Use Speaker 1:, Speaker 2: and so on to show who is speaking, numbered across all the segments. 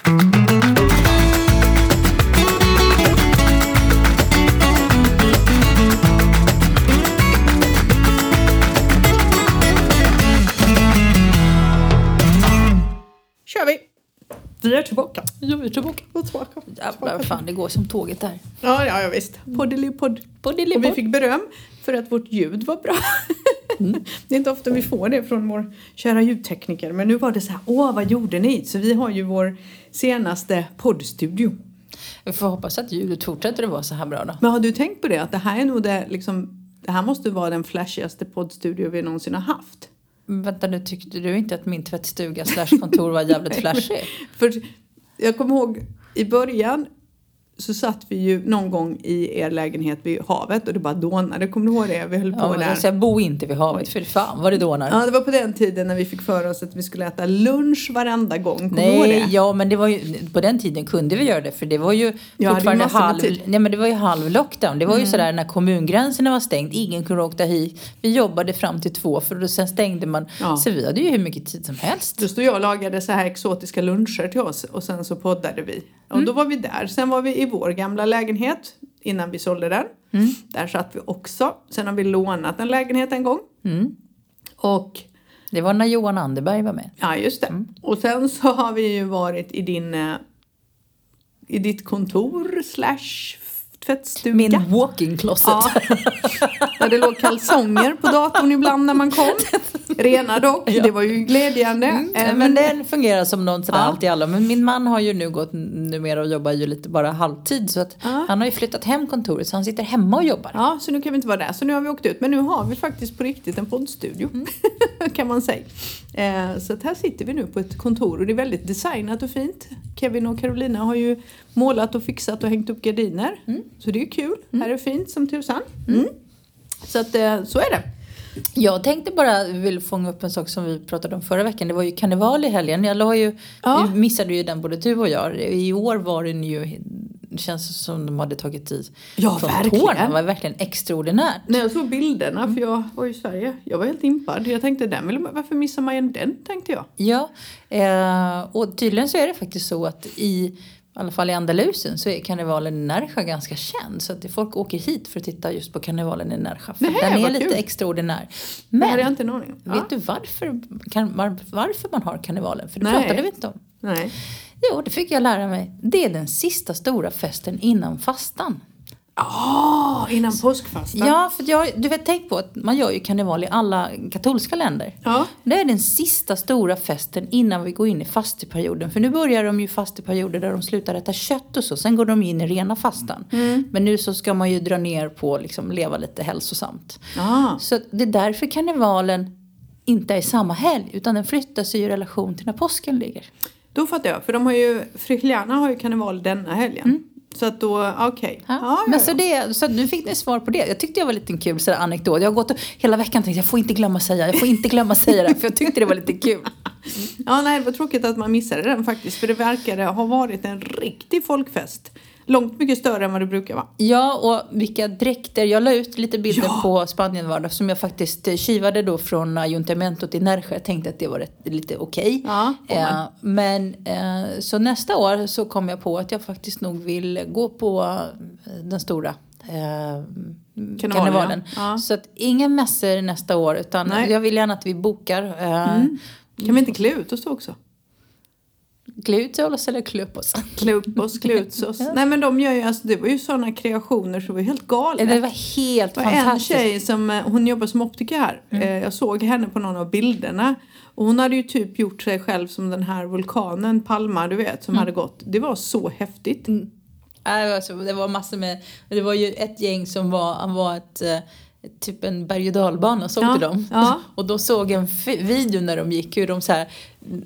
Speaker 1: Kör vi! Vi är tillbaka.
Speaker 2: Ja, vi är tillbaka. Jävlar, fan, det går som tåget där.
Speaker 1: Ja, visst. Poddelipodd. Och vi fick beröm för att vårt ljud var bra. Det är inte ofta vi får det från vår kära ljudtekniker. Men nu var det så här, vad gjorde ni? Så vi har ju vår senaste poddstudio.
Speaker 2: Vi får hoppas att ljudet fortsätter att vara så här bra då.
Speaker 1: Men har du tänkt på det? Att det här är nog det här måste vara den flashigaste poddstudio vi någonsin har haft.
Speaker 2: Vänta, nu tyckte du inte att min tvättstuga /kontor var jävligt flashig?
Speaker 1: För jag kommer ihåg i början så satt vi ju någon gång i er lägenhet vid havet och det bara dånade. Kommer du ihåg det? Vi höll på där.
Speaker 2: Så jag bor inte vid havet, för fan vad det dånar.
Speaker 1: Ja, det var på den tiden när vi fick för oss att vi skulle äta lunch varenda gång. Kommer du ihåg det?
Speaker 2: Ja, men det var ju, på den tiden kunde vi göra det, för det var ju fortfarande det var ju halv lockdown. Det var ju sådär när kommungränserna var stängd, ingen kunde åka hit. Vi jobbade fram till 2, för sen stängde man. Ja. Så vi hade ju hur mycket tid som helst.
Speaker 1: Då stod jag och lagade så här exotiska luncher till oss och sen så poddade vi. Och då var vi där. Sen var vi i vår gamla lägenhet innan vi sålde den. Där satt vi också. Sen har vi lånat en lägenhet en gång. Och
Speaker 2: det var när Johan Anderberg var med.
Speaker 1: Ja, just det. Och sen så har vi ju varit i ditt kontor / tvättstuga.
Speaker 2: Min walk-in closet.
Speaker 1: Ja. Där det låg kalsonger på datorn ibland när man kom. Rena dock, ja. Det var ju glädjande.
Speaker 2: Men den fungerar som någon sådär allt i alla. Men min man har ju nu gått numera och jobbar ju lite bara halvtid. Så att han har ju flyttat hem kontoret, så han sitter hemma och jobbar.
Speaker 1: Ja, så nu kan vi inte vara där. Så nu har vi åkt ut. Men nu har vi faktiskt på riktigt en poddstudio. Kan man säga. Så att här sitter vi nu på ett kontor. Och det är väldigt designat och fint. Kevin och Carolina har ju målat och fixat och hängt upp gardiner. Så det är kul. Här är fint som tusan. Så att så är det.
Speaker 2: Jag tänkte bara vill fånga upp en sak som vi pratade om förra veckan. Det var ju karneval i helgen. Vi missade ju den både du och jag. I år var den ju, det känns som de hade tagit tid.
Speaker 1: Ja, verkligen.
Speaker 2: Det var verkligen extraordinärt.
Speaker 1: När jag såg bilderna, för jag var i Sverige. Jag var helt impad. Jag tänkte, varför missar man den, tänkte jag.
Speaker 2: Ja, och tydligen så är det faktiskt så att i alla fall i Andalusien så är karnevalen i Nerja ganska känd. Så att folk åker hit för att titta just på karnevalen i Nerja. För den är lite extraordinär. Men
Speaker 1: det hade jag inte en aning om.
Speaker 2: Vet du varför man har karnevalen? För det pratade vi inte om.
Speaker 1: Nej.
Speaker 2: Jo, det fick jag lära mig. Det är den sista stora festen innan fastan.
Speaker 1: Innan påskfastan.
Speaker 2: Ja, för du vet, tänk på att man gör ju karneval i alla katolska länder.
Speaker 1: Ja.
Speaker 2: Det är den sista stora festen innan vi går in i fasteperioden. För nu börjar de ju fasteperioder där de slutar äta kött och så. Sen går de in i rena fastan. Men nu så ska man ju dra ner på liksom leva lite hälsosamt. Så det är därför karnevalen inte är samma helg. Utan den flyttas i relation till när påsken ligger.
Speaker 1: Då fattar jag. För de har ju, Frychliana har ju karneval denna helgen. Så att då, okej.
Speaker 2: Men så nu fick ni svar på det. Jag tyckte det var lite en kul sådär anekdot. Jag har gått hela veckan och tänkt, jag får inte glömma säga det. För jag tyckte det var lite kul.
Speaker 1: Ja, nej, det var tråkigt att man missade den faktiskt. För det verkade ha varit en riktig folkfest. Långt mycket större än vad det brukar vara.
Speaker 2: Ja, och vilka dräkter. Jag la ut lite bilder på Spanien var som jag faktiskt kivade då från Ayuntamiento till Nerja. Jag tänkte att det var lite okej. Men så nästa år så kom jag på att jag faktiskt nog vill gå på den stora karnevalen. Ja. Så att inga mässor nästa år, utan jag vill gärna att vi bokar.
Speaker 1: Kan vi inte klä ut oss också?
Speaker 2: Glutos eller klupos?
Speaker 1: Klupos. Nej, men de gör ju, alltså, det var ju sådana kreationer så det var helt galet.
Speaker 2: Det var helt fantastiskt.
Speaker 1: En tjej som, hon jobbar som optiker här. Jag såg henne på någon av bilderna. Och hon hade ju typ gjort sig själv som den här vulkanen, Palma, du vet, som hade gått. Det var så häftigt.
Speaker 2: Det var massor med, det var ju ett gäng som var typ en berg- och dalbana, såg du dem? Ja. Och då såg en video när de gick, hur de så här,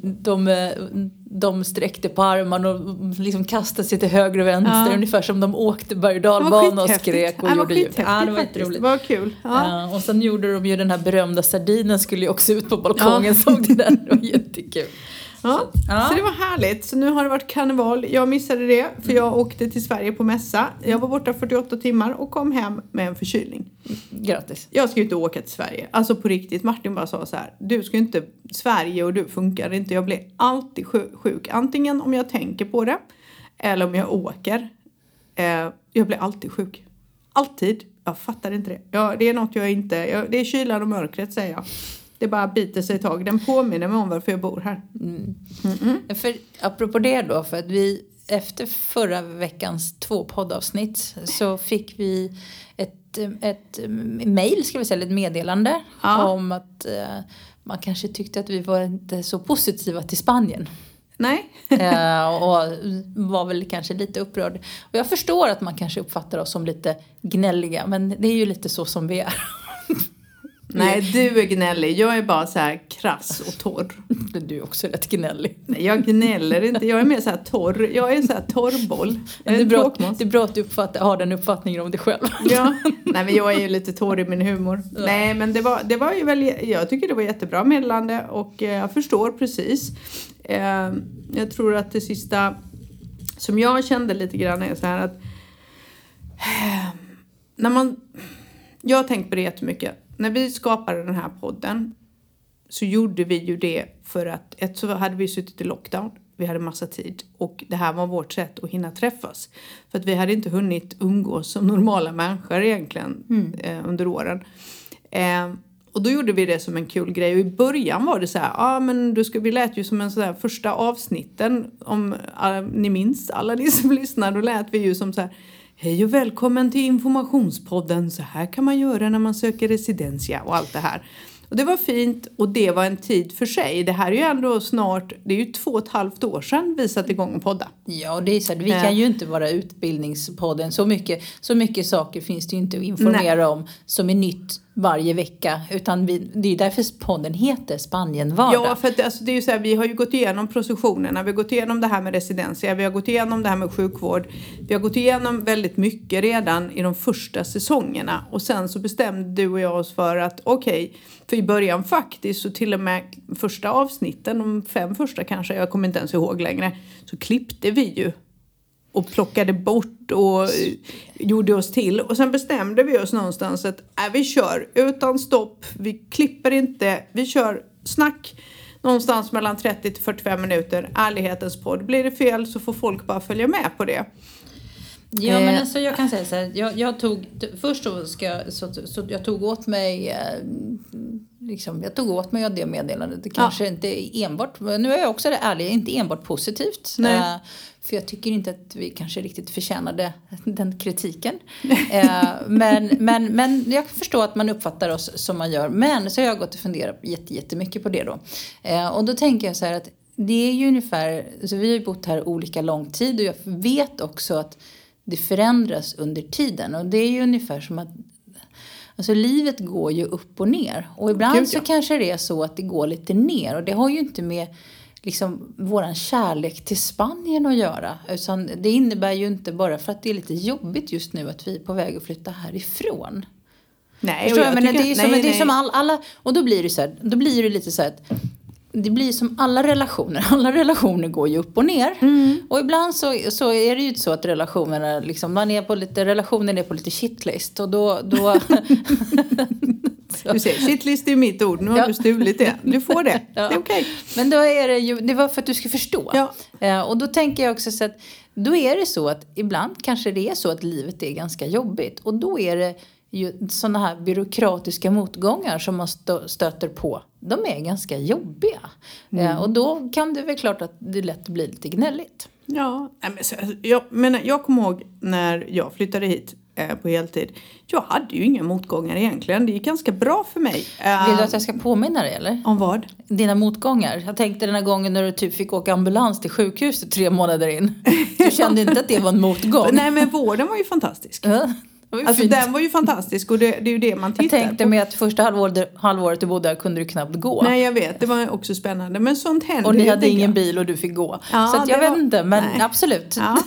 Speaker 2: de sträckte på armarna och liksom kastade sig till höger och vänster, ungefär som de åkte berg- och dalbana och skrek och gjorde ljud. Ja, det var jätteroligt.
Speaker 1: Det var kul. Ja.
Speaker 2: Och sen gjorde de ju den här berömda sardinen, skulle ju också ut på balkongen, såg det där, det var jättekul.
Speaker 1: Så det var härligt. Så nu har det varit karneval. Jag missade det för jag åkte till Sverige på mässa. Jag var borta 48 timmar och kom hem med en förkylning.
Speaker 2: Grattis.
Speaker 1: Jag ska ju inte åka till Sverige. Alltså på riktigt. Martin bara sa så här. Du ska inte Sverige och du funkar inte. Jag blir alltid sjuk. Antingen om jag tänker på det. Eller om jag åker. Jag blir alltid sjuk. Alltid. Jag fattar inte det. Det är något jag inte... det är kylan och mörkret säger jag. Det bara biter sig tag. Den påminner mig om varför jag bor här.
Speaker 2: För, apropå det då. För att vi efter förra veckans 2 poddavsnitt så fick vi ett mejl, ska vi säga, ett meddelande om att man kanske tyckte att vi var inte så positiva till Spanien.
Speaker 1: Nej.
Speaker 2: Och var väl kanske lite upprörd. Och jag förstår att man kanske uppfattar oss som lite gnälliga. Men det är ju lite så som vi är.
Speaker 1: Nej, du är gnällig. Jag är bara så här krass och torr.
Speaker 2: Du är också rätt gnällig.
Speaker 1: Nej, jag gnäller inte. Jag är mer så här torr. Jag är så här torrboll.
Speaker 2: Det är bra att du har den uppfattningen om dig själv.
Speaker 1: Ja. Nej, men jag är ju lite torr i min humor. Ja. Nej, men det var ju väl... Jag tycker det var jättebra meddelande. Och jag förstår precis. Jag tror att det sista som jag kände lite grann är så här att... Jag har tänkt på det jättemycket. När vi skapade den här podden så gjorde vi ju det för att så hade vi suttit i lockdown. Vi hade massa tid och det här var vårt sätt att hinna träffas. För att vi hade inte hunnit umgås som normala människor egentligen under åren. Och då gjorde vi det som en kul grej. Och i början var det så här, men vi lät ju som en sån här första avsnitten. Om ni minns, alla ni som lyssnar, då lät vi ju som så här... Hej och välkommen till informationspodden. Så här kan man göra när man söker residentia och allt det här. Och det var fint och det var en tid för sig. Det här är ju ändå snart, det är ju 2,5 år sedan vi satte igång och podda.
Speaker 2: Ja, och det är så här, vi kan ju inte vara utbildningspodden. Så mycket saker finns det ju inte att informera om som är nytt varje vecka. Utan det är därför podden heter Spanienvardag.
Speaker 1: Ja, för att, alltså, det är ju så här, vi har ju gått igenom processionerna. Vi har gått igenom det här med residensia. Vi har gått igenom det här med sjukvård. Vi har gått igenom väldigt mycket redan i de första säsongerna. Och sen så bestämde du och jag oss för att för i början faktiskt så till och med första avsnitten, de 5 första kanske, jag kommer inte ens ihåg längre, så klippte vi ju. Och plockade bort och gjorde oss till. Och sen bestämde vi oss någonstans att vi kör utan stopp. Vi klipper inte. Vi kör snack någonstans mellan 30 till 45 minuter. Ärlighetens podd. Blir det fel så får folk bara följa med på det.
Speaker 2: Ja, men alltså jag kan säga så här. Jag tog åt mig... jag tog åt mig av det meddelandet. Det kanske inte enbart... Nu är jag också ärlig, inte enbart positivt. För jag tycker inte att vi kanske riktigt förtjänade den kritiken. Men jag förstår att man uppfattar oss som man gör. Men så har jag gått och funderat jättemycket på det då. Och då tänker jag så här att det är ju ungefär... Alltså vi har ju bott här olika lång tid. Och jag vet också att det förändras under tiden. Och det är ju ungefär som att... Alltså livet går ju upp och ner. Och ibland så kanske det är så att det går lite ner. Och det har ju inte med liksom våran kärlek till Spanien att göra. Utan det innebär ju inte bara för att det är lite jobbigt just nu att vi är på väg att flytta härifrån.
Speaker 1: Nej,
Speaker 2: det är som alla... Och då blir det så här, då blir det lite så här att... Det blir som alla relationer. Alla relationer går ju upp och ner. Och ibland så är det ju så att relationerna liksom, relationen är på lite shitlist. Och då
Speaker 1: du ser, shitlist är mitt ord. Nu har du stulit det. Du får det. Det är okej.
Speaker 2: Men då är det ju, det var för att du ska förstå. Ja. Och då tänker jag också så att då är det så att ibland kanske det är så att livet är ganska jobbigt. Och då är det ju sådana här byråkratiska motgångar som man stöter på. De är ganska jobbiga. Och då kan det väl klart att det lätt blir lite gnälligt.
Speaker 1: Ja, jag kommer ihåg när jag flyttade hit på heltid. Jag hade ju inga motgångar egentligen. Det gick ganska bra för mig.
Speaker 2: Vill du att jag ska påminna dig eller?
Speaker 1: Om vad?
Speaker 2: Dina motgångar. Jag tänkte den här gången när du typ fick åka ambulans till sjukhuset 3 månader in. Du kände inte att det var en motgång.
Speaker 1: Nej, men vården var ju fantastisk. Alltså den var ju fantastisk och det är ju det man tittar på.
Speaker 2: Jag tänkte med att första halvåret du bodde där kunde du knappt gå.
Speaker 1: Nej, jag vet. Det var också spännande. Men sånt händer.
Speaker 2: Och ni hade ingen bil och du fick gå. Så att jag vet inte, men nej. Absolut.
Speaker 1: Ja.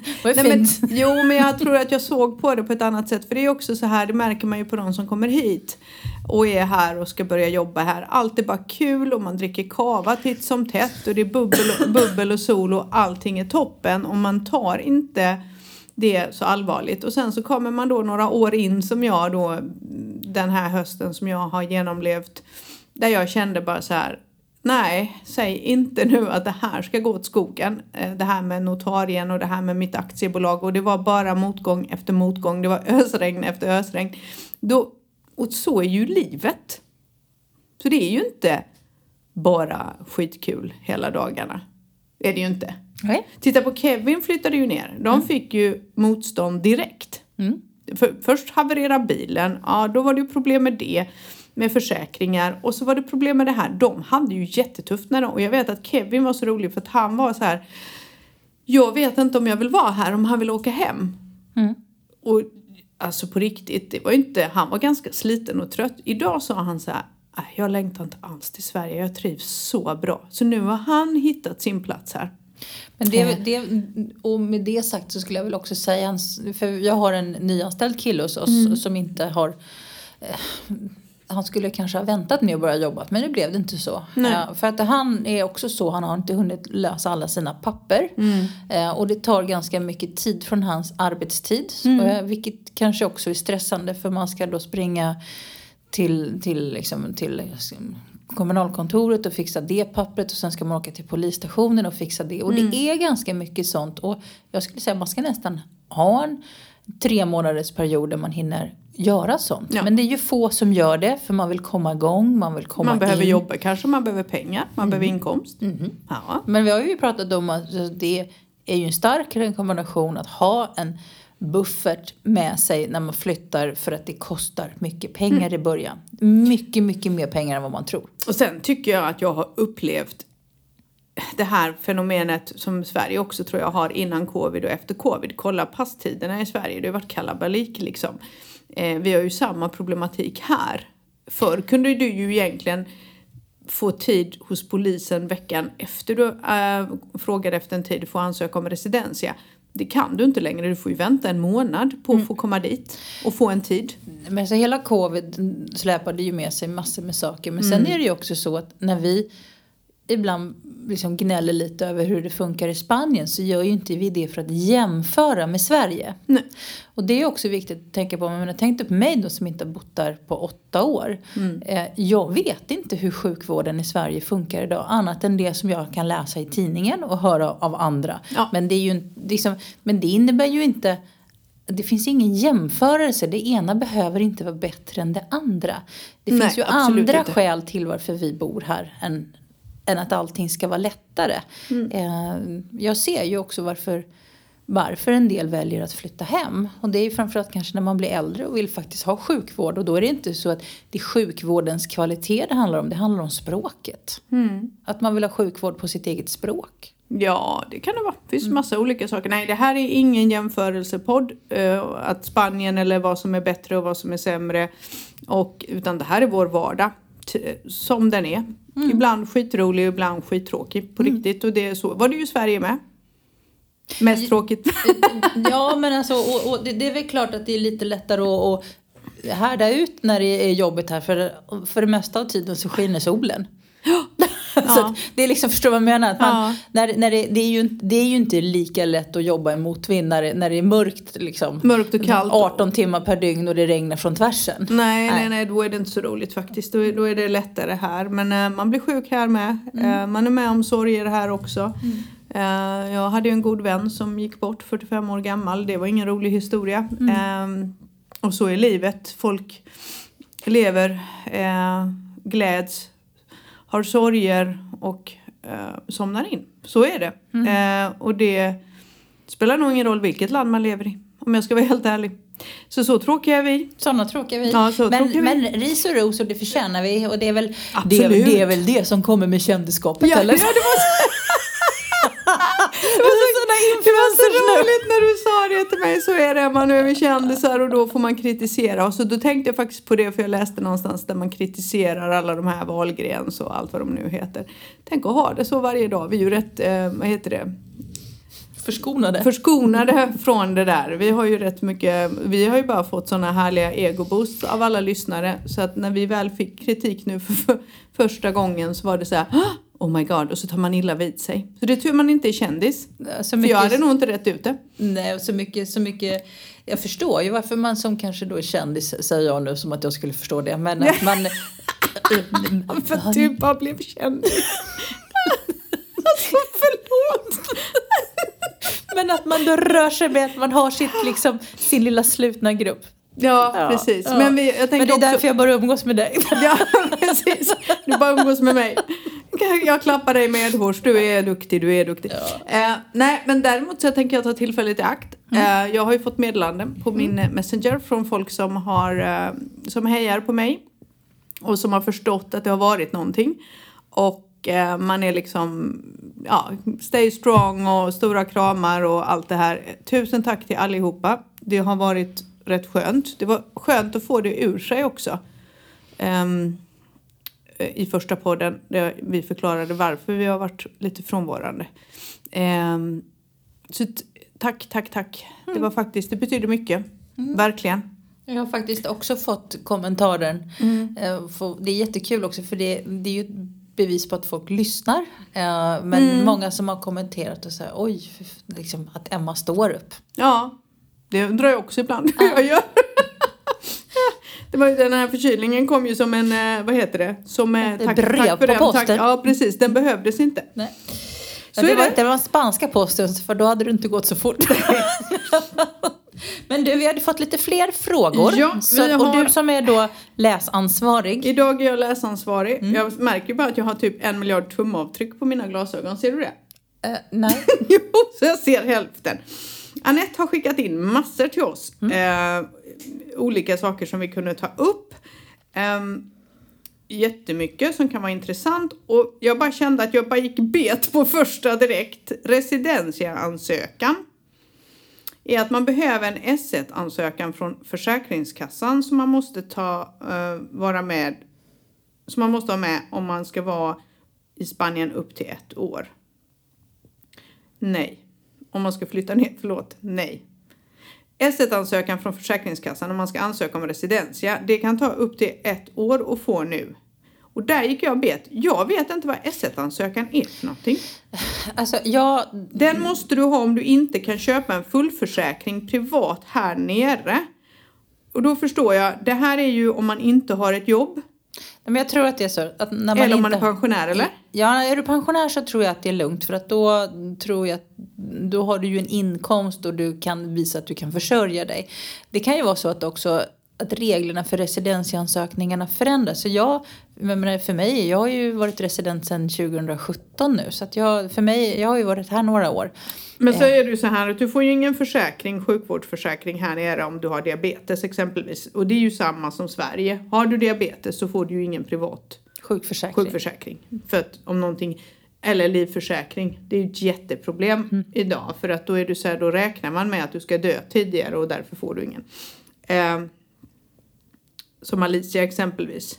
Speaker 2: Vad är fint?
Speaker 1: Men jag tror att jag såg på det på ett annat sätt. För det är också så här, det märker man ju på de som kommer hit och är här och ska börja jobba här. Allt är bara kul och man dricker kava titt som tätt och det är bubbel och sol och allting är toppen. Och man tar inte det så allvarligt. Och sen så kommer man då några år in som jag då, den här hösten som jag har genomlevt. Där jag kände bara så här, nej, säg inte nu att det här ska gå åt skogen. Det här med notarien och det här med mitt aktiebolag. Och det var bara motgång efter motgång. Det var ösregn efter ösregn. Och så är ju livet. Så det är ju inte bara skitkul hela dagarna. Det är det ju inte.
Speaker 2: Nej.
Speaker 1: Titta på Kevin flyttade ju ner. De fick ju motstånd direkt. Först havererade bilen. Ja, då var det ju problem med det. Med försäkringar. Och så var det problem med det här. De hade ju jättetufft och jag vet att Kevin var så rolig för att han var så här. Jag vet inte om jag vill vara här om han vill åka hem. Och alltså på riktigt, det var inte, han var ganska sliten och trött. Idag sa han så här, jag längtar inte alls till Sverige. Jag trivs så bra. Så nu har han hittat sin plats här.
Speaker 2: Men och med det sagt så skulle jag väl också säga, för jag har en nyanställd kille hos oss som inte har... Han skulle kanske ha väntat med att börja jobba, men det blev det inte så. För att han är också så, han har inte hunnit lösa alla sina papper. Och det tar ganska mycket tid från hans arbetstid. Vilket kanske också är stressande, för man ska då springa till kommunalkontoret och fixa det pappret. Och sen ska man åka till polisstationen och fixa det. Och det är ganska mycket sånt. Och jag skulle säga att man ska nästan ha en 3 månaders period där man hinner göra sånt. Ja. Men det är ju få som gör det, för man vill komma igång, man vill komma in.
Speaker 1: Man behöver jobba kanske, man behöver pengar, man behöver inkomst.
Speaker 2: Ja. Men vi har ju pratat om att det är ju en stark rekommendation att ha en buffert med sig när man flyttar, för att det kostar mycket pengar i början. Mycket, mycket mer pengar än vad man tror.
Speaker 1: Och sen tycker jag att jag har upplevt det här fenomenet som Sverige också tror jag har innan covid och efter covid. Kolla passtiderna i Sverige, det har varit kalabalik liksom. Vi har ju samma problematik här. Förr kunde du ju egentligen få tid hos polisen veckan efter du frågade efter en tid. Du får ansöka om residentia. Det kan du inte längre. Du får ju vänta en månad på att få komma dit och få en tid.
Speaker 2: Men så hela covid släpade ju med sig massor med saker. Men sen är det ju också så att när vi ibland liksom gnäller lite över hur det funkar i Spanien, så gör ju inte vi det för att jämföra med Sverige.
Speaker 1: Nej.
Speaker 2: Och det är också viktigt att tänka på. Men jag tänkte på mig då som inte har bott där på 8 år. Jag vet inte hur sjukvården i Sverige funkar idag. Annat än det som jag kan läsa i tidningen och höra av andra. Ja. Men det är ju liksom, men det innebär ju inte... Det finns ingen jämförelse. Det ena behöver inte vara bättre än det andra. Det finns ju andra skäl till varför vi bor här än att allting ska vara lättare. Jag ser ju också varför en del väljer att flytta hem. Och det är ju framförallt kanske när man blir äldre och vill faktiskt ha sjukvård. Och då är det inte så att det är sjukvårdens kvalitet det handlar om. Det handlar om språket. Att man vill ha sjukvård på sitt eget språk.
Speaker 1: Ja, det kan det vara. Det finns massa olika saker. Nej, det här är ingen jämförelsepodd. Att Spanien eller vad som är bättre och vad som är sämre. Utan det här är vår vardag. Som den är. Ibland skitrolig och ibland skittråkig på riktigt. Och det är så. Var det ju i Sverige med? Mest tråkigt.
Speaker 2: Ja, men alltså, och det är väl klart att det är lite lättare att härda ut när det är jobbigt här. För det mesta av tiden så skiner solen. Så det är liksom, förstår vad jag menar, att det är ju inte lika lätt att jobba i motvind när det är mörkt liksom.
Speaker 1: Mörkt och kallt.
Speaker 2: 18 timmar per dygn och det regnar från tvärsen.
Speaker 1: Nej, då är det inte så roligt faktiskt. Då är det lättare här. Men man blir sjuk här med. Man är med om sorger här också. Jag hade ju en god vän som gick bort 45 år gammal. Det var ingen rolig historia. Och så är livet. Folk lever, gläds, har sorger och somnar in. Så är det. Och det spelar nog ingen roll vilket land man lever i. Om jag ska vara helt ärlig. Så tråkiga är vi.
Speaker 2: Sådana tråkiga vi.
Speaker 1: Ja,
Speaker 2: men ris och ros, och det förtjänar vi. Och det är väl det som kommer med kändisskapet.
Speaker 1: Ja,
Speaker 2: eller?
Speaker 1: Ja, det var så roligt när du sa det till mig. Så är det, man är kändisar och då får man kritisera. Och så då tänkte jag faktiskt på det, för jag läste någonstans där man kritiserar alla de här Wahlgrens och allt vad de nu heter. Tänk att ha det så varje dag. Vi är ju rätt, vad heter det? förskonade från det där. Vi har ju rätt mycket, vi har ju bara fått såna härliga egoboosts av alla lyssnare. Så att när vi väl fick kritik nu för första gången så var det så här, oh my god, och så tar man illa vid sig. Så det är tur man inte är kändis. För jag hade nog inte rätt ut det.
Speaker 2: Nej, så mycket. Jag förstår ju varför man som kanske då är kändis, säger jag nu som att jag skulle förstå det. Men att man...
Speaker 1: för att du bara blev kändis. Alltså förlåt.
Speaker 2: Men att man då rör sig med att man har sin lilla slutna grupp.
Speaker 1: Ja, precis.
Speaker 2: Ja.
Speaker 1: Men det är
Speaker 2: därför jag bara umgås med dig.
Speaker 1: Ja, precis. Du bara umgås med mig. Jag klappar dig medhårs. Du är duktig. Ja. Nej, men däremot så tänker jag ta tillfället i akt. Jag har ju fått meddelanden på min Messenger från folk som hejar på mig. Och som har förstått att det har varit någonting. Och man är liksom, stay strong och stora kramar och allt det här. Tusen tack till allihopa. Det har varit rätt skönt. Det var skönt att få det ur sig också. I första podden där vi förklarade varför vi har varit lite frånvarande. Så tack. Det var faktiskt, det betyder mycket. Verkligen.
Speaker 2: Jag har faktiskt också fått kommentaren. Det är jättekul också för det är ju ett bevis på att folk lyssnar. Men många som har kommenterat och säger oj, liksom, att Emma står upp.
Speaker 1: Ja, det undrar jag också ibland hur jag gör. Det var ju den här förkylningen kom ju som en, vad heter det? Som
Speaker 2: tack för den. Posten.
Speaker 1: Ja, precis. Den behövdes inte.
Speaker 2: Nej. Så det var spanska posten, för då hade det inte gått så fort. Men du, vi hade fått lite fler frågor.
Speaker 1: Ja,
Speaker 2: och du som är då läsansvarig.
Speaker 1: Idag är jag läsansvarig. Jag märker bara att jag har typ 1 miljard tumavtryck på mina glasögon. Ser du det?
Speaker 2: Nej.
Speaker 1: Jo, så jag ser hälften. Anette har skickat in massor till oss. Olika saker som vi kunde ta upp. Jättemycket som kan vara intressant. Och jag bara kände att jag bara gick bet på första direkt. Residentia-ansökan är att man behöver en S1-ansökan från Försäkringskassan som man måste vara med. Som man måste ha med om man ska vara i Spanien upp till 1 år. Nej. Om man ska flytta ner, nej. S1-ansökan från Försäkringskassan när man ska ansöka om residentia. Det kan ta upp till 1 år att få nu. Och där gick jag bet. Jag vet inte vad S1-ansökan är för någonting.
Speaker 2: Alltså,
Speaker 1: Den måste du ha om du inte kan köpa en fullförsäkring privat här nere. Och då förstår jag, det här är ju om man inte har ett jobb.
Speaker 2: Men jag tror att det är så att när man
Speaker 1: eller om man är pensionär, eller?
Speaker 2: Ja, är du pensionär så tror jag att det är lugnt. För att då tror jag att då har du ju en inkomst och du kan visa att du kan försörja dig. Det kan ju vara så att också att reglerna för residensansökningarna förändras. Så jag har ju varit resident sedan 2017 nu. Så att jag har ju varit här några år.
Speaker 1: Men så är det ju så här att du får ju ingen sjukvårdsförsäkring här nere om du har diabetes exempelvis. Och det är ju samma som Sverige. Har du diabetes så får du ju ingen privat sjukförsäkring. För att om någonting, eller livförsäkring, det är ju ett jätteproblem idag. För att då är du så här, då räknar man med att du ska dö tidigare och därför får du ingen. Som Alicia exempelvis.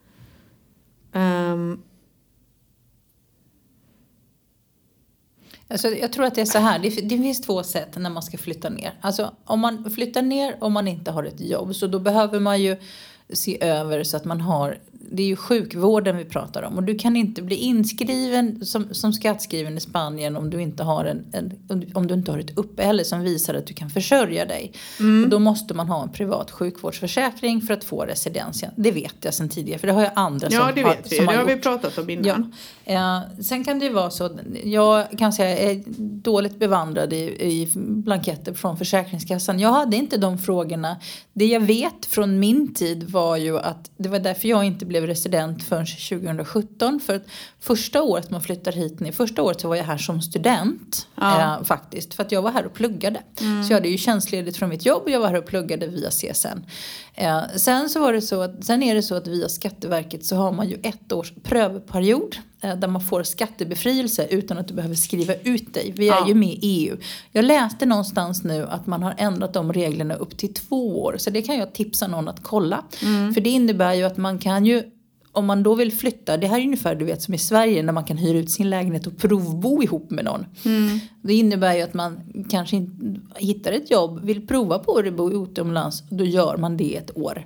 Speaker 2: Alltså, jag tror att det är så här. Det finns 2 sätt när man ska flytta ner. Alltså om man flyttar ner om man inte har ett jobb. Så då behöver man ju se över så att man har. Det är ju sjukvården vi pratar om. Och du kan inte bli inskriven som skattskriven i Spanien om du inte har om du inte har ett uppehälle som visar att du kan försörja dig. Och då måste man ha en privat sjukvårdsförsäkring för att få residensen. Det vet jag sedan tidigare. För det har jag andra som har gjort.
Speaker 1: Ja, det vet vi. Det har vi pratat om innan.
Speaker 2: Ja. Sen kan det ju vara så. Jag kan säga jag är dåligt bevandrad i blanketter från Försäkringskassan. Jag hade inte de frågorna. Det jag vet från min tid var ju att det var därför jag inte blev resident förrän 2017. För att första året man flyttar hit ner. Första året så var jag här som student. Faktiskt. För att jag var här och pluggade. Så jag hade ju tjänstledigt från mitt jobb. Och jag var här och pluggade via CSN. Sen är det så att via Skatteverket så har man ju 1 års prövperiod. Där man får skattebefrielse utan att du behöver skriva ut dig. Vi är ju med i EU. Jag läste någonstans nu att man har ändrat de reglerna upp till 2 år. Så det kan jag tipsa någon att kolla. För det innebär ju att man kan ju, om man då vill flytta, det här är ungefär du vet som i Sverige när man kan hyra ut sin lägenhet och provbo ihop med någon. Det innebär ju att man kanske inte hittar ett jobb, vill prova på att bo utomlands, då gör man det ett år.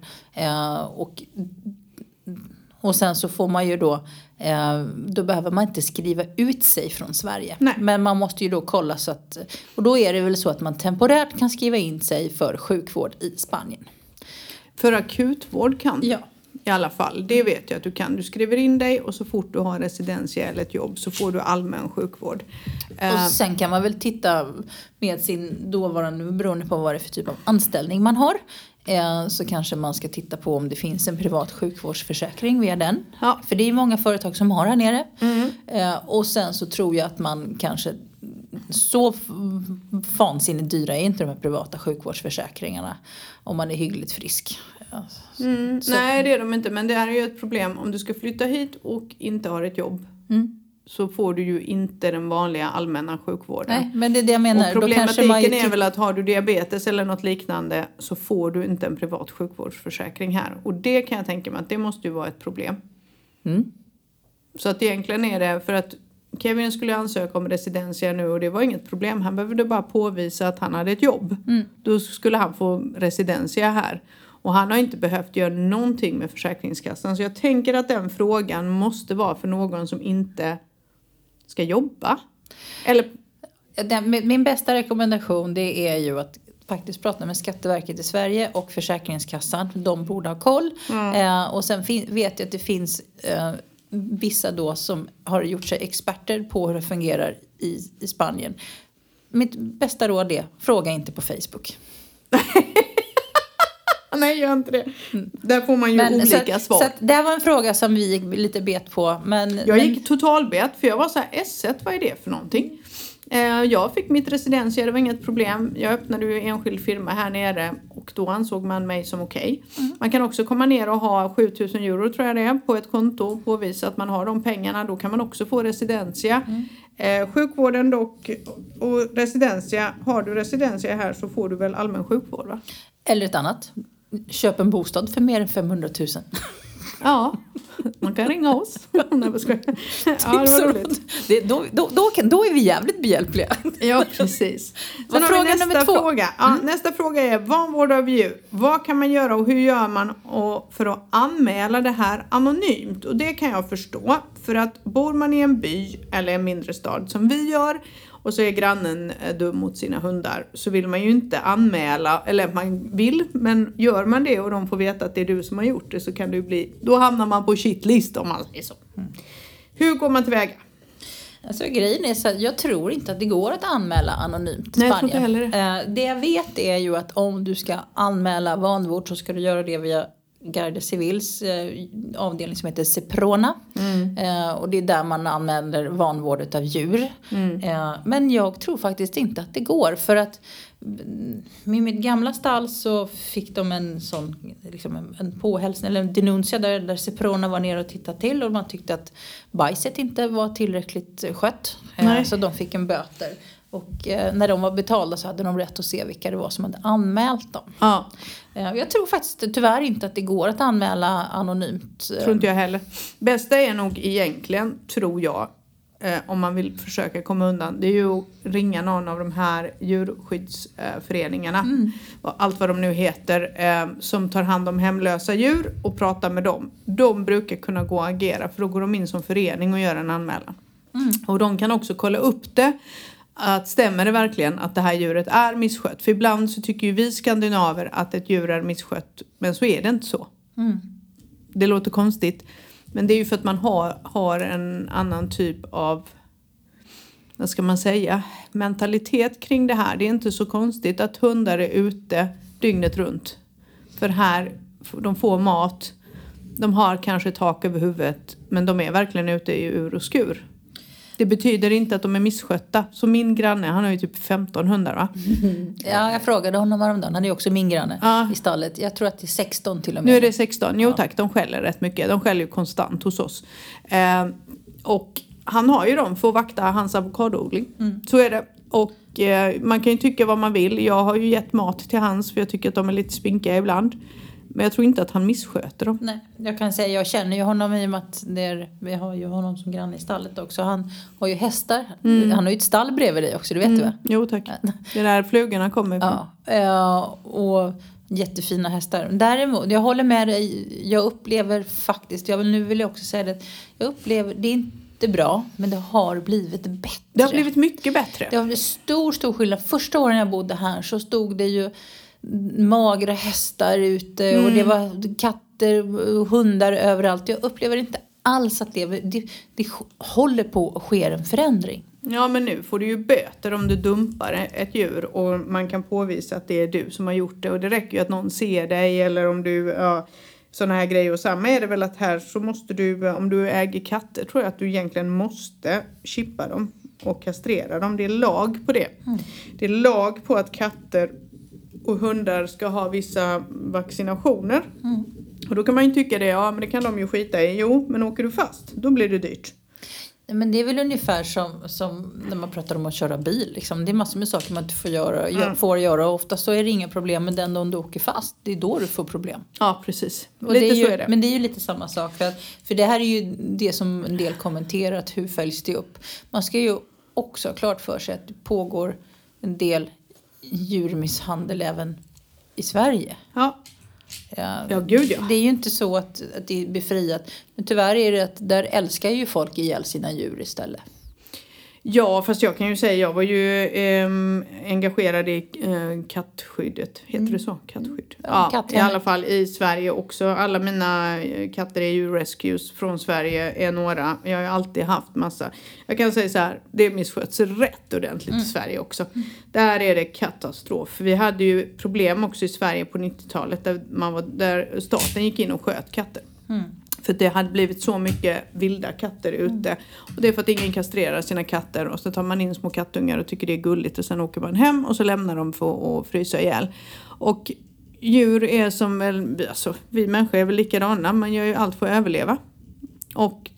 Speaker 2: Och sen så får man ju då behöver man inte skriva ut sig från Sverige.
Speaker 1: Nej.
Speaker 2: Men man måste ju då kolla så att, och då är det väl så att man temporärt kan skriva in sig för sjukvård i Spanien.
Speaker 1: För akutvård kan du.
Speaker 2: Ja.
Speaker 1: I alla fall, det vet jag att du kan. Du skriver in dig och så fort du har residentia eller ett jobb så får du allmän sjukvård.
Speaker 2: Och sen kan man väl titta med sin dåvarande, beroende på vad det är för typ av anställning man har. Så kanske man ska titta på om det finns en privat sjukvårdsförsäkring via den.
Speaker 1: Ja.
Speaker 2: För det är många företag som har här nere. Och sen så tror jag att man kanske, så vansinnigt dyra är inte de här privata sjukvårdsförsäkringarna om man är hyggligt frisk.
Speaker 1: Nej, det är de inte. Men det är ju ett problem om du ska flytta hit och inte har ett jobb. Så får du ju inte den vanliga allmänna sjukvården.
Speaker 2: Nej, men det är det jag menar.
Speaker 1: Och problematiken är väl att har du diabetes eller något liknande så får du inte en privat sjukvårdsförsäkring här. Och det kan jag tänka mig att det måste ju vara ett problem. Så att egentligen är det för att Kevin skulle ansöka om residensia nu och det var inget problem. Han behövde bara påvisa att han hade ett jobb. Då skulle han få residensia här. Och han har inte behövt göra någonting med Försäkringskassan. Så jag tänker att den frågan måste vara för någon som inte ska jobba. Eller...
Speaker 2: Min bästa rekommendation det är ju att faktiskt prata med Skatteverket i Sverige och Försäkringskassan. De borde ha koll. Och sen vet jag att det finns vissa då som har gjort sig experter på hur det fungerar i Spanien. Mitt bästa råd är, fråga inte på Facebook.
Speaker 1: Nej, gör inte det. Där får man ju olika svar.
Speaker 2: Så att det var en fråga som vi gick lite bet på.
Speaker 1: Jag gick totalbet för jag var så här, S1, vad är det för någonting? Jag fick mitt residensia, det var inget problem. Jag öppnade ju enskild firma här nere och då ansåg man mig som okej. Man kan också komma ner och ha 7000 euro tror jag det är på ett konto och påvisa att man har de pengarna. Då kan man också få residensia. Sjukvården dock och residensia, har du residensia här så får du väl allmän sjukvård va?
Speaker 2: Eller ett annat. Köp en bostad för mer än 500 000.
Speaker 1: Ja, man kan ringa oss. Ja, det var roligt.
Speaker 2: Då är vi jävligt behjälpliga.
Speaker 1: Ja, precis. Sen har vi nästa fråga. Ja, nästa fråga är vanvård av djur. Vad kan man göra och hur gör man för att anmäla det här anonymt? Och det kan jag förstå. För att bor man i en by eller en mindre stad som vi gör och så är grannen dum mot sina hundar så vill man ju inte anmäla, eller man vill, men gör man det och de får veta att det är du som har gjort det så kan det ju bli, då hamnar man på shitlist om man säger så. Hur går man tillväga?
Speaker 2: Alltså grejen är så att jag tror inte att det går att anmäla anonymt
Speaker 1: Nej,
Speaker 2: Spanien.
Speaker 1: jag tror inte heller det.
Speaker 2: Det jag vet är ju att om du ska anmäla vanvård så ska du göra det via Guardia Civils avdelning som heter Seprona. Och det är där man anmäler vanvård av djur. Men jag tror faktiskt inte att det går. För att med mitt gamla stall så fick de en sån liksom en påhälsning eller en denuncia där Seprona var ner och tittade till. Och man tyckte att bajset inte var tillräckligt skött. Så de fick en böter. Och när de var betalda så hade de rätt att se vilka det var som hade anmält dem.
Speaker 1: Ja.
Speaker 2: Jag tror faktiskt tyvärr inte att det går att anmäla anonymt.
Speaker 1: Tror inte jag heller. Bästa är nog egentligen, tror jag, om man vill försöka komma undan. Det är ju att ringa någon av de här djurskyddsföreningarna. Allt vad de nu heter. Som tar hand om hemlösa djur och pratar med dem. De brukar kunna gå och agera. För då går de in som förening och gör en anmälan. Och de kan också kolla upp det. Att stämmer det verkligen att det här djuret är misskött? För ibland så tycker ju vi skandinaver att ett djur är misskött. Men så är det inte så. Det låter konstigt. Men det är ju för att man har en annan typ av, vad ska man säga, mentalitet kring det här. Det är inte så konstigt att hundar är ute dygnet runt. För här, de får mat. De har kanske tak över huvudet. Men de är verkligen ute i ur och skur. Det betyder inte att de är misskötta. Så min granne, han har ju typ 15 hundar va?
Speaker 2: Ja, jag frågade honom varomdagen. Han är ju också min granne i stallet. Jag tror att det är 16 till och med.
Speaker 1: Nu är det 16. Jo tack, de skäller rätt mycket. De skäller ju konstant hos oss. Och han har ju dem för att vakta hans avokadoodling. Så är det. Och man kan ju tycka vad man vill. Jag har ju gett mat till hans för jag tycker att de är lite spinkiga ibland. Men jag tror inte att han missköter dem.
Speaker 2: Nej, jag kan säga, jag känner ju honom i och med att vi har ju honom som granne i stallet också. Han har ju hästar. Han har ju ett stall bredvid dig också, du vet va?
Speaker 1: Jo tack. Det är där flugorna kommer ifrån.
Speaker 2: Ja, och jättefina hästar. Däremot, jag håller med dig. Jag upplever faktiskt, nu vill jag också säga det. Jag upplever, det är inte bra, men det har blivit bättre.
Speaker 1: Det har blivit mycket bättre.
Speaker 2: Det har blivit stor skillnad. Första åren jag bodde här så stod det ju magra hästar ute och det var katter och hundar överallt. Jag upplever inte alls att det håller på att ske en förändring.
Speaker 1: Ja, men nu får du ju böter om du dumpar ett djur och man kan påvisa att det är du som har gjort det. Och det räcker ju att någon ser dig eller om du, sådana här grejer. Och samma är det väl att här så måste du, om du äger katter tror jag att du egentligen måste chippa dem och kastrera dem. Det är lag på det. Det är lag på att katter och hundar ska ha vissa vaccinationer. Och då kan man ju tycka det, men det kan de ju skita i. Jo, men åker du fast, då blir det dyrt.
Speaker 2: Men det är väl ungefär som när man pratar om att köra bil. Liksom. Det är massor med saker man inte får göra. Och ofta så är det inga problem med den om du åker fast. Det är då du får problem.
Speaker 1: Ja, precis.
Speaker 2: Och lite så är det. Men det är ju lite samma sak. För det här är ju det som en del kommenterat. Hur följs det upp? Man ska ju också ha klart för sig att det pågår en del djurmisshandel även i Sverige.
Speaker 1: Ja. Ja, gud ja.
Speaker 2: Det är ju inte så att det är befriat. Men tyvärr är det att där älskar ju folk ihjäl sina djur istället.
Speaker 1: Ja, fast jag kan ju säga, jag var ju engagerad i kattskyddet. Heter det så? Kattskydd? Ja, i alla fall i Sverige också. Alla mina katter är ju rescues från Sverige, är några. Jag har ju alltid haft massa. Jag kan säga så här, det missköts rätt ordentligt i Sverige också. Där är det katastrof. Vi hade ju problem också i Sverige på 90-talet där staten gick in och sköt katter. För det hade blivit så mycket vilda katter ute. Och det är för att ingen kastrerar sina katter. Och så tar man in små kattungar och tycker det är gulligt. Och sen åker man hem och så lämnar de för att frysa ihjäl. Och djur är som väl, alltså, vi människor är väl likadana. Man gör ju allt för att överleva. Och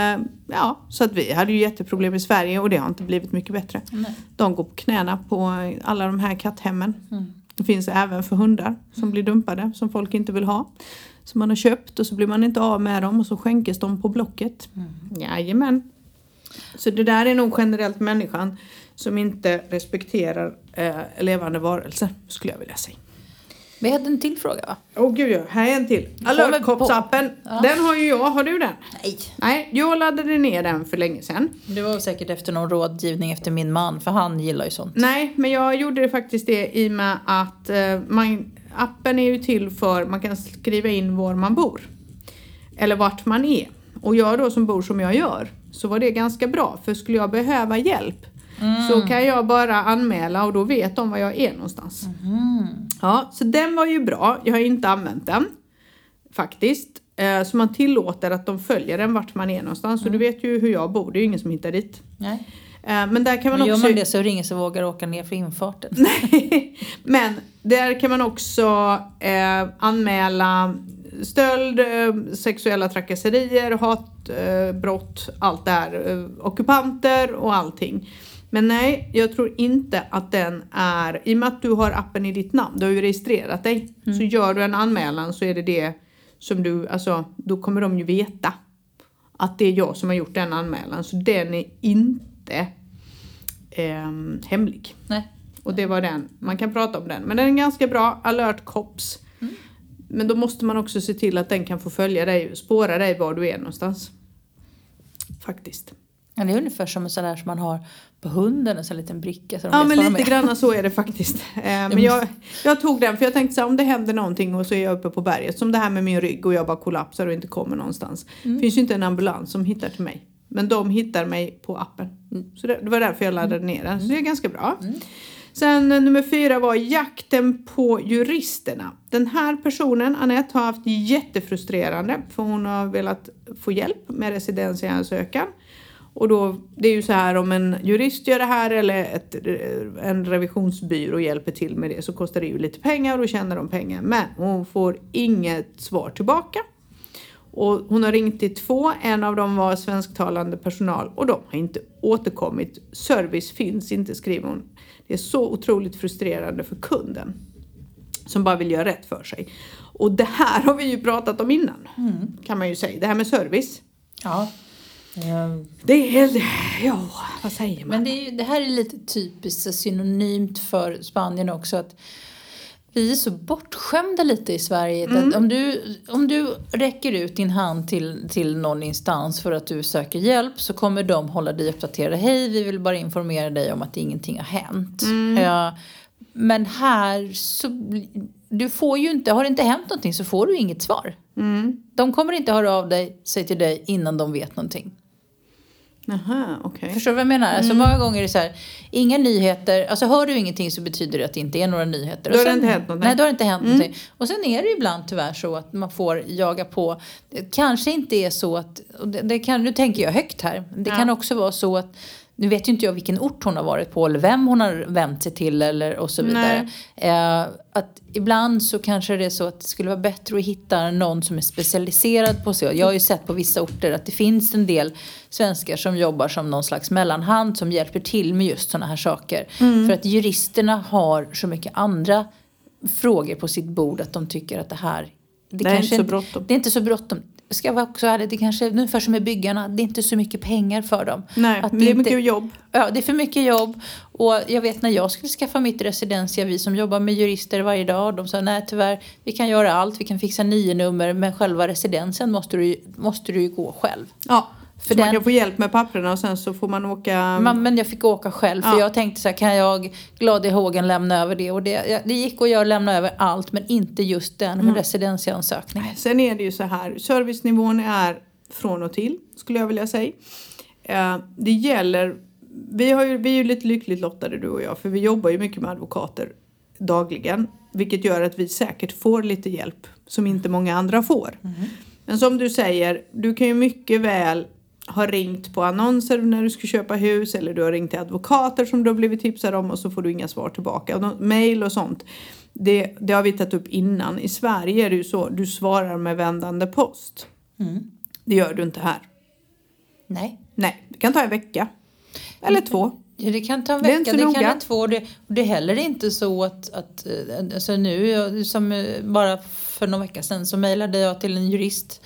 Speaker 1: så att vi hade ju jätteproblem i Sverige. Och det har inte blivit mycket bättre. Nej. De går på knäna på alla de här katthemmen. Det finns även för hundar som blir dumpade. Som folk inte vill ha. Som man har köpt och så blir man inte av med dem och så skänks de på Blocket. Jajamän. Så det där är nog generellt människan som inte respekterar levande varelser, skulle jag vilja säga.
Speaker 2: Vi hade en till fråga, va?
Speaker 1: Gud ja, här är en till. Alertkoppsappen, den har ju jag. Har du den? Nej, jag laddade ner den för länge sedan.
Speaker 2: Det var säkert efter någon rådgivning efter min man, för han gillar ju sånt.
Speaker 1: Nej, men jag gjorde faktiskt det i och med att appen är ju till för, man kan skriva in var man bor. Eller vart man är. Och jag då som bor som jag gör, så var det ganska bra. För skulle jag behöva hjälp så kan jag bara anmäla och då vet de var jag är någonstans. Ja, så den var ju bra. Jag har inte använt den faktiskt. Så man tillåter att de följer den vart man är någonstans. Så du vet ju hur jag bor, det är ju ingen som hittar dit.
Speaker 2: Nej.
Speaker 1: Men där kan man också...
Speaker 2: Gör man det så ringer så vågar åka ner för infarten.
Speaker 1: Nej, men där kan man också anmäla stöld, sexuella trakasserier, hatbrott, allt där, ockupanter och allting. Men nej, jag tror inte att den är, i och med att du har appen i ditt namn, du har ju registrerat dig, så gör du en anmälan så är det som du, alltså då kommer de ju veta att det är jag som har gjort den anmälan, så den är inte hemlig.
Speaker 2: Nej.
Speaker 1: Och det var den, man kan prata om den, men den är ganska bra, Alert Cops. Men då måste man också se till att den kan få följa dig, spåra dig var du är någonstans. Faktiskt.
Speaker 2: Ja, det är ungefär som en sån där som man har på hunden, en sån liten bricka. Så
Speaker 1: ja, men lite grann så är det faktiskt. Men jag tog den för jag tänkte så här, om det händer någonting och så är jag uppe på berget. Som det här med min rygg och jag bara kollapsar och inte kommer någonstans. Det finns ju inte en ambulans som hittar till mig. Men de hittar mig på appen. Så det var därför jag laddade ner den. Så det är ganska bra. Sen nummer 4 var jakten på juristerna. Den här personen, Anette, har haft jättefrustrerande. För hon har velat få hjälp med residensansökan. Och då, det är ju så här, om en jurist gör det här eller en revisionsbyrå hjälper till med det, så kostar det ju lite pengar och då tjänar de pengar. Men hon får inget svar tillbaka. Och hon har ringt till 2, en av dem var svensktalande personal och de har inte återkommit. Service finns inte, skriver hon. Det är så otroligt frustrerande för kunden. som bara vill göra rätt för sig. Och det här har vi ju pratat om innan, kan man ju säga. Det här med service.
Speaker 2: Ja.
Speaker 1: Det är helt, ja, vad säger man?
Speaker 2: Men det här är lite typiskt synonymt för Spanien också, att vi är så bortskämda lite i Sverige. Att om du räcker ut din hand till någon instans för att du söker hjälp, så kommer de hålla dig uppdaterad. Hej, vi vill bara informera dig om att ingenting har hänt. Men här så du får ju inte, har det inte hänt någonting så får du inget svar. De kommer inte höra av sig till dig innan de vet någonting.
Speaker 1: Aha, okej.
Speaker 2: Förstår du vad jag menar? Alltså många gånger är det så här, inga nyheter, alltså hör du ingenting så betyder det att det inte är några nyheter.
Speaker 1: Då har det inte hänt någonting.
Speaker 2: Nej, då har det inte hänt någonting. Och sen är det ibland tyvärr så att man får jaga på. Kanske inte är så att, och nu tänker jag högt här. Det kan också vara så att, nu vet ju inte jag vilken ort hon har varit på eller vem hon har vänt sig till eller och så vidare. Att ibland så kanske det är så att det skulle vara bättre att hitta någon som är specialiserad på sig. Jag har ju sett på vissa orter att det finns en del svenskar som jobbar som någon slags mellanhand som hjälper till med just sådana här saker. För att juristerna har så mycket andra frågor på sitt bord att de tycker att det här...
Speaker 1: Det är inte så bråttom.
Speaker 2: Det är inte så bråttom. Ska jag vara också ärlig, det kanske är ungefär som med byggarna. Det är inte så mycket pengar för dem.
Speaker 1: Nej,
Speaker 2: att
Speaker 1: det är mycket jobb.
Speaker 2: Ja, det är för mycket jobb. Och jag vet när jag skulle skaffa mitt residensia, vi som jobbar med jurister varje dag, de sa nej tyvärr, vi kan göra allt, vi kan fixa 9 nummer, men själva residensen måste du ju gå själv.
Speaker 1: Ja. För man kan få hjälp med papperna och sen så får man åka...
Speaker 2: Men jag fick åka själv. För jag tänkte så här, kan jag glad i hågen lämna över det? Och det gick att göra, lämna över allt. Men inte just den med residensansökningen.
Speaker 1: Sen är det ju så här. Servicenivån är från och till, skulle jag vilja säga. Det gäller... Vi är ju lite lyckligt lottade, du och jag. För vi jobbar ju mycket med advokater dagligen. Vilket gör att vi säkert får lite hjälp som inte många andra får. Men som du säger, du kan ju mycket väl... har ringt på annonser när du ska köpa hus, eller du har ringt till advokater som du har blivit tipsad om och så får du inga svar tillbaka. Och mail och sånt, det har vi tagit upp innan. I Sverige är det ju så, du svarar med vändande post. Det gör du inte här. Nej, det kan ta en vecka. Eller 2.
Speaker 2: Ja, det kan ta en vecka, det kan ta 2. Det är heller inte så att alltså nu, som bara för några veckor sedan så mejlade jag till en jurist.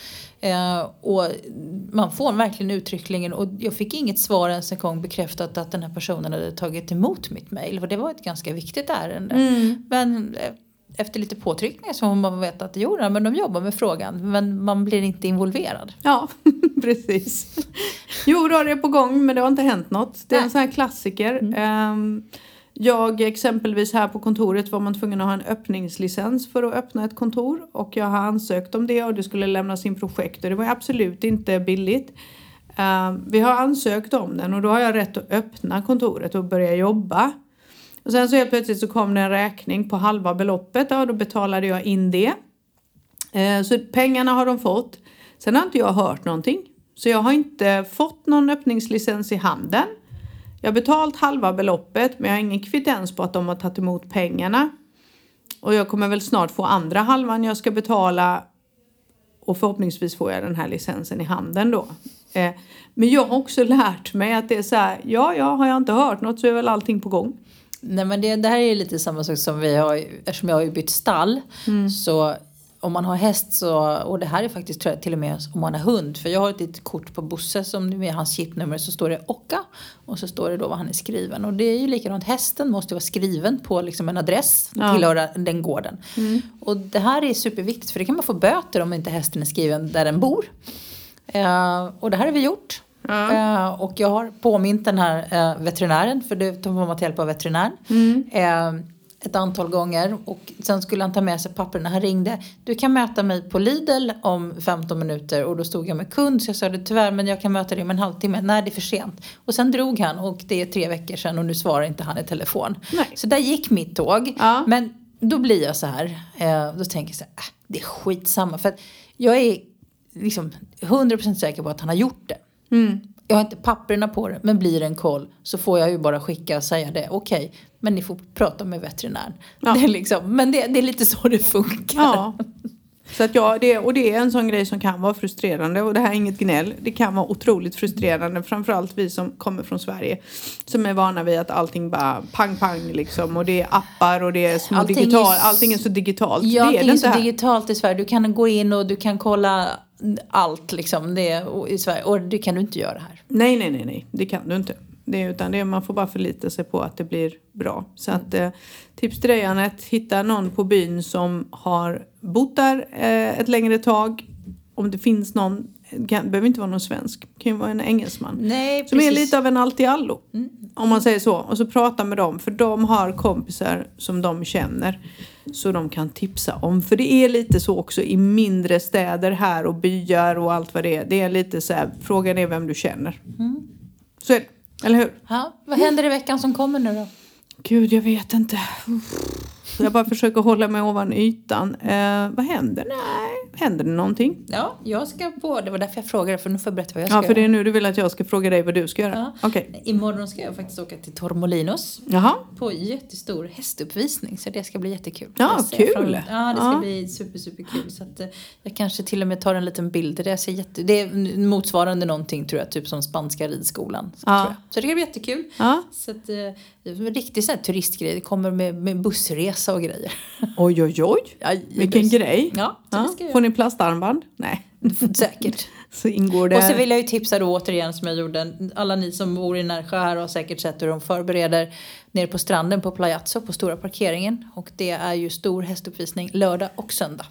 Speaker 2: Och man får verkligen uttrycklingen, och jag fick inget svar ens en gång bekräftat att den här personen hade tagit emot mitt mejl. Och det var ett ganska viktigt ärende. Men efter lite påtryckningar så har man vet att men de jobbar med frågan, men man blir inte involverad.
Speaker 1: Ja, precis. Jo, då är det på gång, men det har inte hänt något. Det är en sån här klassiker. Jag exempelvis här på kontoret var man tvungen att ha en öppningslicens för att öppna ett kontor. Och jag har ansökt om det och det skulle lämnas in projekt. Och det var absolut inte billigt. Vi har ansökt om den och då har jag rätt att öppna kontoret och börja jobba. Och sen så helt plötsligt så kom det en räkning på halva beloppet. Och då betalade jag in det. Så pengarna har de fått. Sen har inte jag hört någonting. Så jag har inte fått någon öppningslicens i handen. Jag har betalt halva beloppet, men jag har ingen kvittens på att de har tagit emot pengarna. Och jag kommer väl snart få andra halvan jag ska betala. Och förhoppningsvis får jag den här licensen i handen då. Men jag har också lärt mig att det är så här, har jag inte hört något så är väl allting på gång.
Speaker 2: Nej, men det här är lite samma sak som vi har, eftersom jag har ju bytt stall. Så om man har häst så, och det här är faktiskt tror jag, till och med om man har hund. För jag har ett litet kort på Bosse som med hans chipnummer så står det Ocka. Och så står det då vad han är skriven. Och det är ju likadant, hästen måste vara skriven på liksom en adress tillhöra den gården. Och det här är superviktigt för det kan man få böter om inte hästen är skriven där den bor. Och det här har vi gjort. Och jag har påmint den här veterinären, för det får man till hjälp av veterinären. Ett antal gånger, och sen skulle han ta med sig papperna. Han ringde, du kan möta mig på Lidl om 15 minuter, och då stod jag med kund så jag sa det tyvärr, men jag kan möta dig om en halvtimme. Nej, det är för sent. Och sen drog han, och det är 3 veckor sedan och nu svarar inte han i telefon. Nej. Så där gick mitt tåg. Men då blir jag så här, då tänker jag så här, det är skitsamma, för att jag är liksom 100% säker på att han har gjort det. Jag har inte papperna på det, men blir det en koll så får jag ju bara skicka och säga det. Okej, men ni får prata med veterinären. Det är liksom, men det är lite så det funkar. Ja.
Speaker 1: Så att det är en sån grej som kan vara frustrerande. Och det här är inget gnäll. Det kan vara otroligt frustrerande. Framförallt vi som kommer från Sverige. Som är vana vid att allting bara pang liksom. Och det är appar och det är små allting är så digitalt.
Speaker 2: Ja,
Speaker 1: det
Speaker 2: allting är så digitalt i Sverige. Du kan gå in och du kan kolla allt liksom. Det i Sverige. Och det kan du inte göra här.
Speaker 1: Nej. Det kan du inte. Utan man får bara förlita sig på att det blir bra. Så att tips till dig, Anette, hitta någon på byn som har bott där ett längre tag. Om det finns någon, behöver inte vara någon svensk, kan ju vara en engelsman.
Speaker 2: Nej,
Speaker 1: som är lite av en allt-i-allo. Om man säger så. Och så prata med dem, för de har kompisar som de känner. Så de kan tipsa om. För det är lite så också i mindre städer här och byar och allt vad det är. Det är lite så här, frågan är vem du känner. Så är det. Eller hur?
Speaker 2: Ja, vad händer i veckan som kommer nu då?
Speaker 1: Gud, jag vet inte. Jag bara försöker hålla mig ovan ytan. Vad händer? Nej, händer det någonting?
Speaker 2: Ja, jag ska på. Det var därför jag frågade, för nu får jag berätta vad jag ska göra.
Speaker 1: Ja, för det är nu du vill att jag ska fråga dig vad du ska göra.
Speaker 2: Ja.
Speaker 1: Okay.
Speaker 2: Imorgon ska jag faktiskt åka till Torremolinos.
Speaker 1: Jaha.
Speaker 2: På jättestor hästuppvisning. Så det ska bli jättekul.
Speaker 1: Ja, kul.
Speaker 2: Ja, det ska bli superkul. Så att jag kanske till och med tar en liten bild. Det är motsvarande någonting, tror jag. Typ som spanska ridskolan. Så det ska bli jättekul.
Speaker 1: Ja.
Speaker 2: Så att en riktig sån här turistgrej. Det kommer med bussresa och grejer.
Speaker 1: Oj. Ja, vilken grej.
Speaker 2: Ja,
Speaker 1: får ni plastarmband? Nej.
Speaker 2: Säkert.
Speaker 1: Så ingår det.
Speaker 2: Och så vill jag ju tipsa då återigen, som jag gjorde. Alla ni som bor i Närsjö här har säkert sett hur de förbereder nere på stranden på Plajazzo på stora parkeringen. Och det är ju stor hästuppvisning lördag och söndag.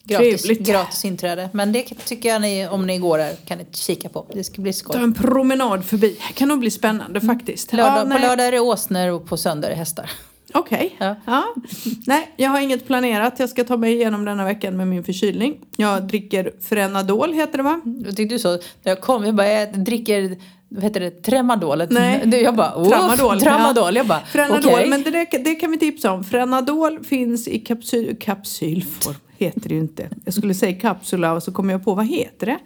Speaker 2: Gratis inträde. Men det tycker jag ni, om ni går där, kan ni kika på. Det ska bli skoj.
Speaker 1: Ta en promenad förbi. Kan nog bli spännande faktiskt.
Speaker 2: På lördag är det åsnor och på söndag är det hästar.
Speaker 1: Okej. Ja. Nej, jag har inget planerat. Jag ska ta mig igenom denna veckan med min förkylning. Jag dricker Frenadol, heter det, va?
Speaker 2: Jag tyckte du så. När jag kom, jag bara, jag dricker... Vad heter det? Tremadolet?
Speaker 1: Nej.
Speaker 2: Jag bara, Tramadol. Jag bara,
Speaker 1: Frenadol,
Speaker 2: okay.
Speaker 1: Men det kan vi tipsa om. Frenadol finns i kapsylform. Heter det ju inte. Jag skulle säga kapsula och så kom jag på, vad heter det?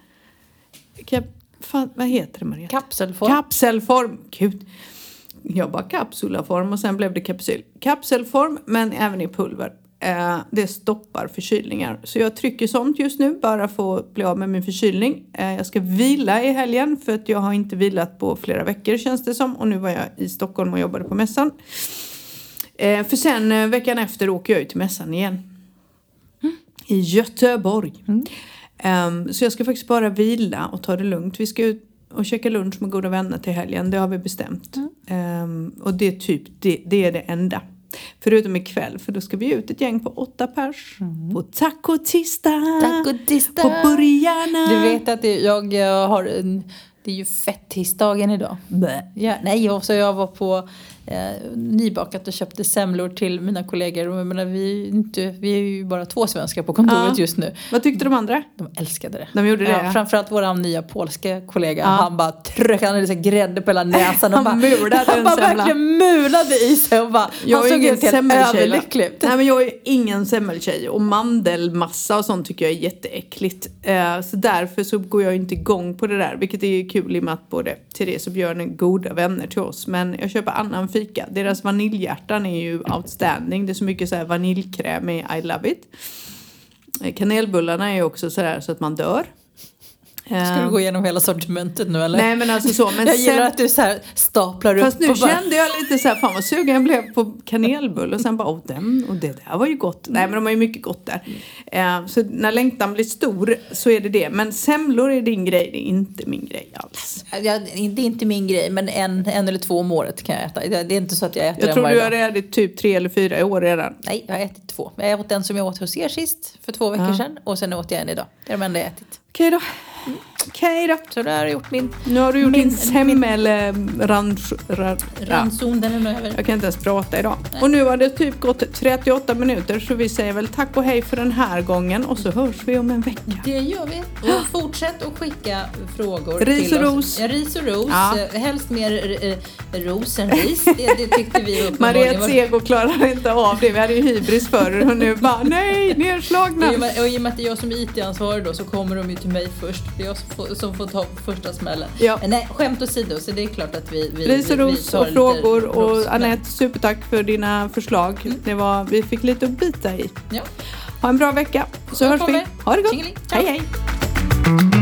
Speaker 1: Vad heter det, Maria? Kapselform. Gud. Jag bara kapsulaform och sen blev det kapsyl. Kapselform, men även i pulver. Det stoppar förkylningar. Så jag trycker sånt just nu, bara för att bli av med min förkylning. Jag ska vila i helgen, för att jag har inte vilat på flera veckor, känns det som. Och nu var jag i Stockholm och jobbade på mässan. För sen veckan efter åker jag ut till mässan igen. I Göteborg. Så jag ska faktiskt bara vila och ta det lugnt. Vi ska ut och käka lunch med goda vänner till helgen. Det har vi bestämt. Och det är det är det enda. Förutom ikväll. För då ska vi ut ett gäng på 8 pers. På taco-tisdag. På Burriana.
Speaker 2: Du vet att jag har... Det är ju fettisdagen idag. Ja, nej, så jag var på nybakat och köpte semlor till mina kollegor. Och jag menar, vi är ju bara 2 svenskar på kontoret just nu.
Speaker 1: Vad tyckte de andra?
Speaker 2: De älskade det.
Speaker 1: De gjorde det, ja.
Speaker 2: Framförallt vår nya polska kollega. Han bara han hade grädde på hela näsan. Och
Speaker 1: han
Speaker 2: bara verkligen mulade i sig. Och bara, han såg ut helt överlycklig.
Speaker 1: Nej, men jag är ingen semmeltjej. Och mandelmassa och sånt tycker jag är jätteäckligt. Så därför så går jag inte igång på det där. Vilket är kul i och med att både Therese och Björn är goda vänner till oss. Men jag köper annan fika. Deras vaniljhjärtan är ju outstanding. Det är så mycket så här vaniljkräm i I love it. Kanelbullarna är ju också så här så att man dör.
Speaker 2: Ska du gå igenom hela sortimentet nu eller?
Speaker 1: Nej, men alltså så. Men
Speaker 2: jag gillar att du så här staplar upp.
Speaker 1: Fast nu kände jag lite så här, fan vad sugen jag blev på kanelbull. Och sen bara, och det där var ju gott. Nej, men de har ju mycket gott där. Så när längtan blir stor så är det. Men semlor är din grej, det är inte min grej alls.
Speaker 2: Det är inte min grej, men en eller 2 om året kan jag äta. Det är inte så att jag äter
Speaker 1: jag tror du har ätit typ 3 eller 4 år redan.
Speaker 2: Nej, jag har ätit 2. Jag åt den som jag åt hos er sist för 2 veckor sedan. Och sen åt jag en idag. Det är de enda jag ätit.
Speaker 1: Okej då.
Speaker 2: Så då har jag gjort min...
Speaker 1: Nu har du gjort din semmel
Speaker 2: ranson, den är nu över.
Speaker 1: Jag kan inte ens prata idag. Nej. Och nu har det typ gått 38 minuter. Så vi säger väl tack och hej för den här gången. Och så hörs vi om en vecka.
Speaker 2: Det gör vi. Och fortsätt att skicka frågor
Speaker 1: ris
Speaker 2: till
Speaker 1: och ros.
Speaker 2: Oss. Ja, ris och ros. Ja. Helst mer ros än ris. Det tyckte vi upp.
Speaker 1: Mariettes ego klarar inte av det. Vi hade ju hybris förr. Och nu bara, nej, nedslagna.
Speaker 2: Och i och med att det är jag som är IT-ansvarig då, så kommer de ju till mig först. Det är jag som får ta första smällen.
Speaker 1: Ja.
Speaker 2: Men nej, skämt åsido, så det är klart att vi
Speaker 1: ris och ros och frågor. Och Anette, supertack för dina förslag. Vi fick lite att bita i.
Speaker 2: Ja.
Speaker 1: Ha en bra vecka. Så hörs vi. Ha det gott.
Speaker 2: Tjingeling. Ciao.
Speaker 1: Hej hej.